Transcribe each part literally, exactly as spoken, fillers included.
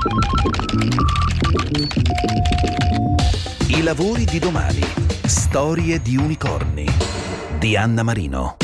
I lavori di domani. Storie di unicorni di Anna Marino.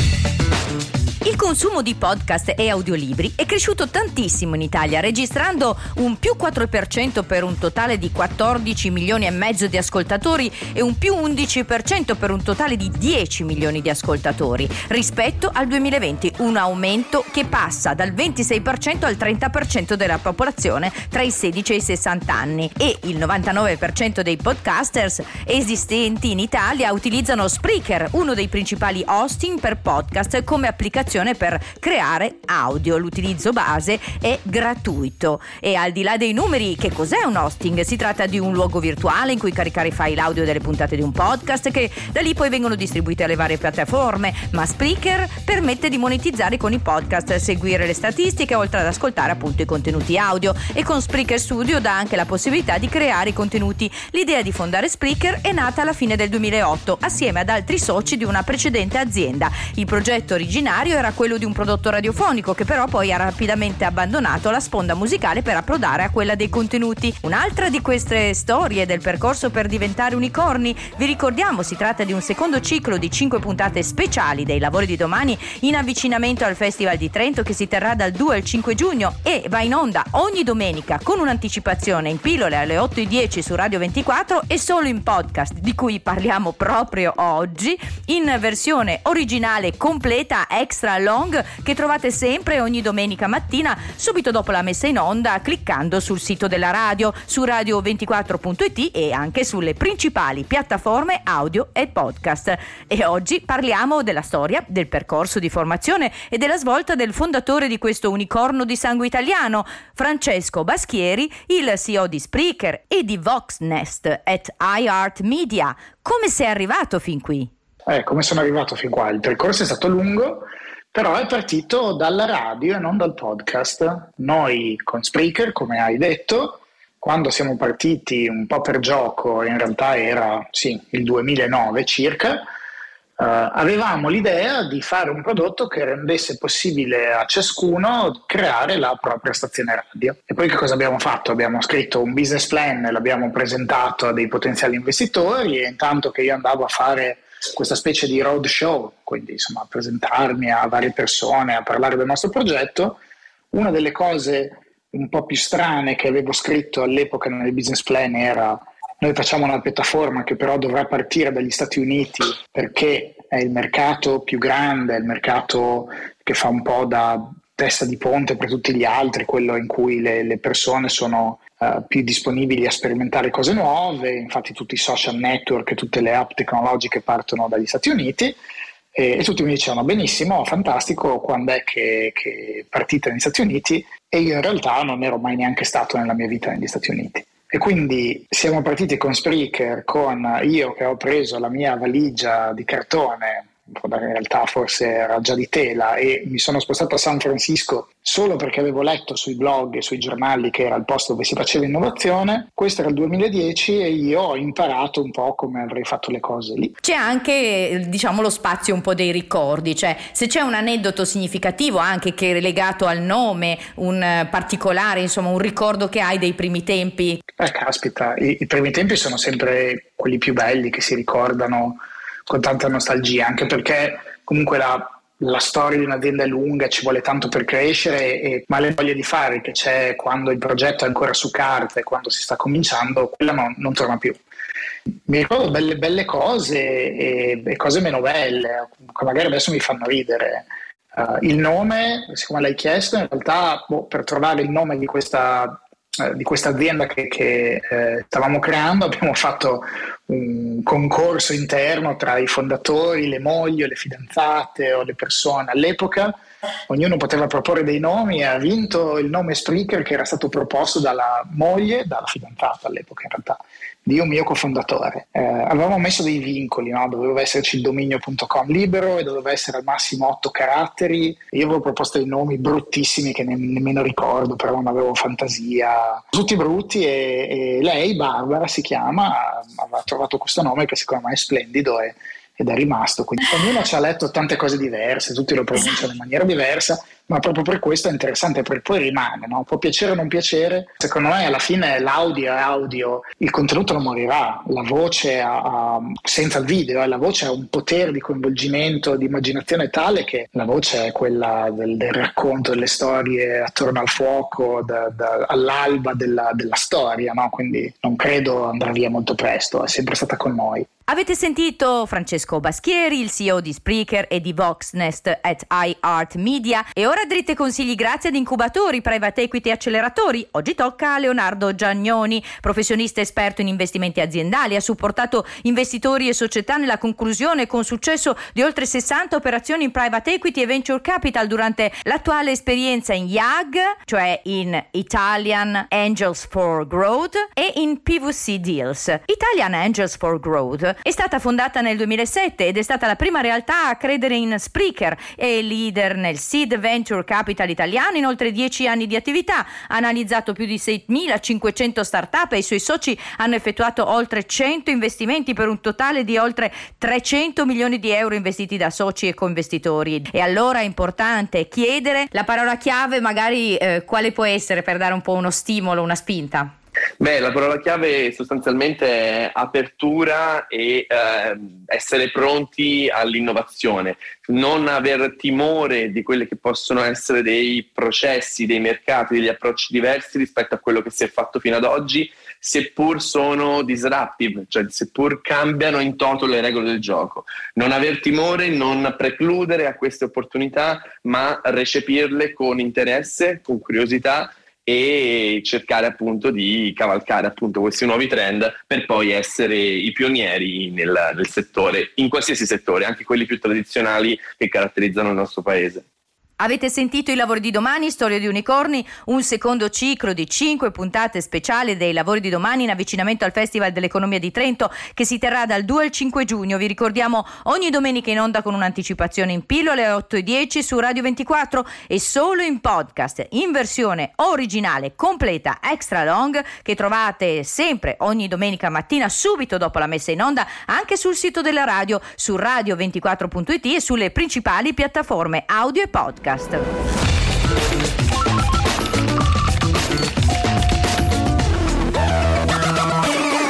Il consumo di podcast e audiolibri è cresciuto tantissimo in Italia, registrando un più quattro per cento per un totale di quattordici milioni e mezzo di ascoltatori e un più undici per cento per un totale di dieci milioni di ascoltatori rispetto al duemilaventi, un aumento che passa dal ventisei per cento al trenta per cento della popolazione tra i sedici e i sessanta anni, e il novantanove per cento dei podcasters esistenti in Italia utilizzano Spreaker, uno dei principali hosting per podcast, come applicazione per creare audio. L'utilizzo base è gratuito e, al di là dei numeri, che cos'è un hosting? Si tratta di un luogo virtuale in cui caricare i file audio delle puntate di un podcast, che da lì poi vengono distribuite alle varie piattaforme, ma Spreaker permette di monetizzare con i podcast, seguire le statistiche oltre ad ascoltare appunto i contenuti audio, e con Spreaker Studio dà anche la possibilità di creare i contenuti. L'idea di fondare Spreaker è nata alla fine del duemilaotto assieme ad altri soci di una precedente azienda. Il progetto originario era quello di un prodotto radiofonico, che però poi ha rapidamente abbandonato la sponda musicale per approdare a quella dei contenuti. Un'altra di queste storie del percorso per diventare unicorni, vi ricordiamo, si tratta di un secondo ciclo di cinque puntate speciali dei lavori di domani in avvicinamento al Festival di Trento, che si terrà dal due al cinque giugno e va in onda ogni domenica con un'anticipazione in pillole alle otto e dieci su Radio ventiquattro, e solo in podcast, di cui parliamo proprio oggi, in versione originale completa extra long, che trovate sempre ogni domenica mattina subito dopo la messa in onda, cliccando sul sito della radio, su radio ventiquattro punto it e anche sulle principali piattaforme audio e podcast. E oggi parliamo della storia, del percorso di formazione e della svolta del fondatore di questo unicorno di sangue italiano, Francesco Baschieri, il C E O di Spreaker e di Voxnest at iHeartMedia. Come sei arrivato fin qui? Eh, come sono arrivato fin qua? Il percorso è stato lungo, però è partito dalla radio e non dal podcast. Noi con Spreaker, come hai detto, quando siamo partiti un po' per gioco, in realtà era sì, il duemilanove circa, Uh, avevamo l'idea di fare un prodotto che rendesse possibile a ciascuno creare la propria stazione radio. E poi che cosa abbiamo fatto? Abbiamo scritto un business plan, l'abbiamo presentato a dei potenziali investitori, e intanto che io andavo a fare questa specie di road show, quindi insomma a presentarmi a varie persone, a parlare del nostro progetto, una delle cose un po' più strane che avevo scritto all'epoca nel business plan era: noi facciamo una piattaforma che però dovrà partire dagli Stati Uniti perché è il mercato più grande, è il mercato che fa un po' da testa di ponte per tutti gli altri, quello in cui le, le persone sono uh, più disponibili a sperimentare cose nuove. Infatti tutti i social network e tutte le app tecnologiche partono dagli Stati Uniti, e, e tutti mi dicevano: benissimo, fantastico, quando è che, che partite negli Stati Uniti? E io in realtà non ero mai neanche stato nella mia vita negli Stati Uniti. E quindi siamo partiti con Spreaker, con io che ho preso la mia valigia di cartone, in realtà forse era già di tela, e mi sono spostato a San Francisco solo perché avevo letto sui blog e sui giornali che era il posto dove si faceva innovazione. Questo era il duemiladieci e io ho imparato un po' come avrei fatto le cose lì. C'è anche, diciamo, lo spazio un po' dei ricordi, cioè se c'è un aneddoto significativo anche che è legato al nome, un particolare, insomma un ricordo che hai dei primi tempi. Eh caspita, i, i primi tempi sono sempre quelli più belli, che si ricordano con tanta nostalgia, anche perché comunque la, la storia di un'azienda è lunga, ci vuole tanto per crescere, e ma le voglie di fare che c'è quando il progetto è ancora su carta e quando si sta cominciando, quella non, non torna più. Mi ricordo belle, belle cose e, e cose meno belle, che magari adesso mi fanno ridere. Uh, il nome, siccome l'hai chiesto, in realtà boh, per trovare il nome di questa di questa azienda che, che eh, stavamo creando, abbiamo fatto un concorso interno tra i fondatori, le mogli o le fidanzate o le persone. All'epoca ognuno poteva proporre dei nomi, e ha vinto il nome Spreaker, che era stato proposto dalla moglie, dalla fidanzata all'epoca in realtà, di un mio cofondatore. Eh, avevamo messo dei vincoli, no? Doveva esserci il dominio punto com libero e doveva essere al massimo otto caratteri. Io avevo proposto dei nomi bruttissimi che ne- nemmeno ricordo, però non avevo fantasia, tutti brutti, e, e lei, Barbara si chiama, aveva trovato questo nome che secondo me è splendido e ed è rimasto. Quindi ognuno ci ha letto tante cose diverse, tutti lo pronunciano in maniera diversa. ma proprio per questo è interessante, perché poi rimane, no? Può piacere o non piacere, secondo me alla fine l'audio è audio, il contenuto non morirà, la voce ha, ha, senza il video, eh, la voce ha un potere di coinvolgimento, di immaginazione tale che la voce è quella del, del racconto delle storie attorno al fuoco, da, da, all'alba della, della storia, no? Quindi non credo andrà via molto presto, è sempre stata con noi. Avete sentito Francesco Baschieri, il C E O di Spreaker e di Voxnest at iHeart Media, e ora dritte consigli grazie ad incubatori, private equity e acceleratori. Oggi tocca a Leonardo Giagnoni, professionista esperto in investimenti aziendali, ha supportato investitori e società nella conclusione con successo di oltre sessanta operazioni in private equity e venture capital durante l'attuale esperienza in I A G, cioè in Italian Angels for Growth, e in P V C Deals. Italian Angels for Growth è stata fondata nel duemilasette ed è stata la prima realtà a credere in Spreaker, è leader nel seed venture capital italiano in oltre dieci anni di attività, ha analizzato più di seimilacinquecento startup e i suoi soci hanno effettuato oltre cento investimenti per un totale di oltre trecento milioni di euro investiti da soci e coinvestitori. E allora è importante chiedere la parola chiave, magari eh, quale può essere, per dare un po' uno stimolo, una spinta? Beh, la parola chiave sostanzialmente è apertura e eh, essere pronti all'innovazione, non aver timore di quelli che possono essere dei processi, dei mercati, degli approcci diversi rispetto a quello che si è fatto fino ad oggi, seppur sono disruptive, cioè seppur cambiano in toto le regole del gioco. Non aver timore, non precludere a queste opportunità, ma recepirle con interesse, con curiosità, e cercare appunto di cavalcare appunto questi nuovi trend per poi essere i pionieri nel, nel settore, in qualsiasi settore, anche quelli più tradizionali che caratterizzano il nostro paese. Avete sentito I Lavori di Domani, Storia di Unicorni, un secondo ciclo di cinque puntate speciali dei Lavori di Domani in avvicinamento al Festival dell'Economia di Trento che si terrà dal due al cinque giugno. Vi ricordiamo ogni domenica in onda con un'anticipazione in pillole alle otto e dieci su Radio ventiquattro e solo in podcast in versione originale, completa, extra long, che trovate sempre ogni domenica mattina subito dopo la messa in onda anche sul sito della radio, su radio ventiquattro punto it e sulle principali piattaforme audio e podcast.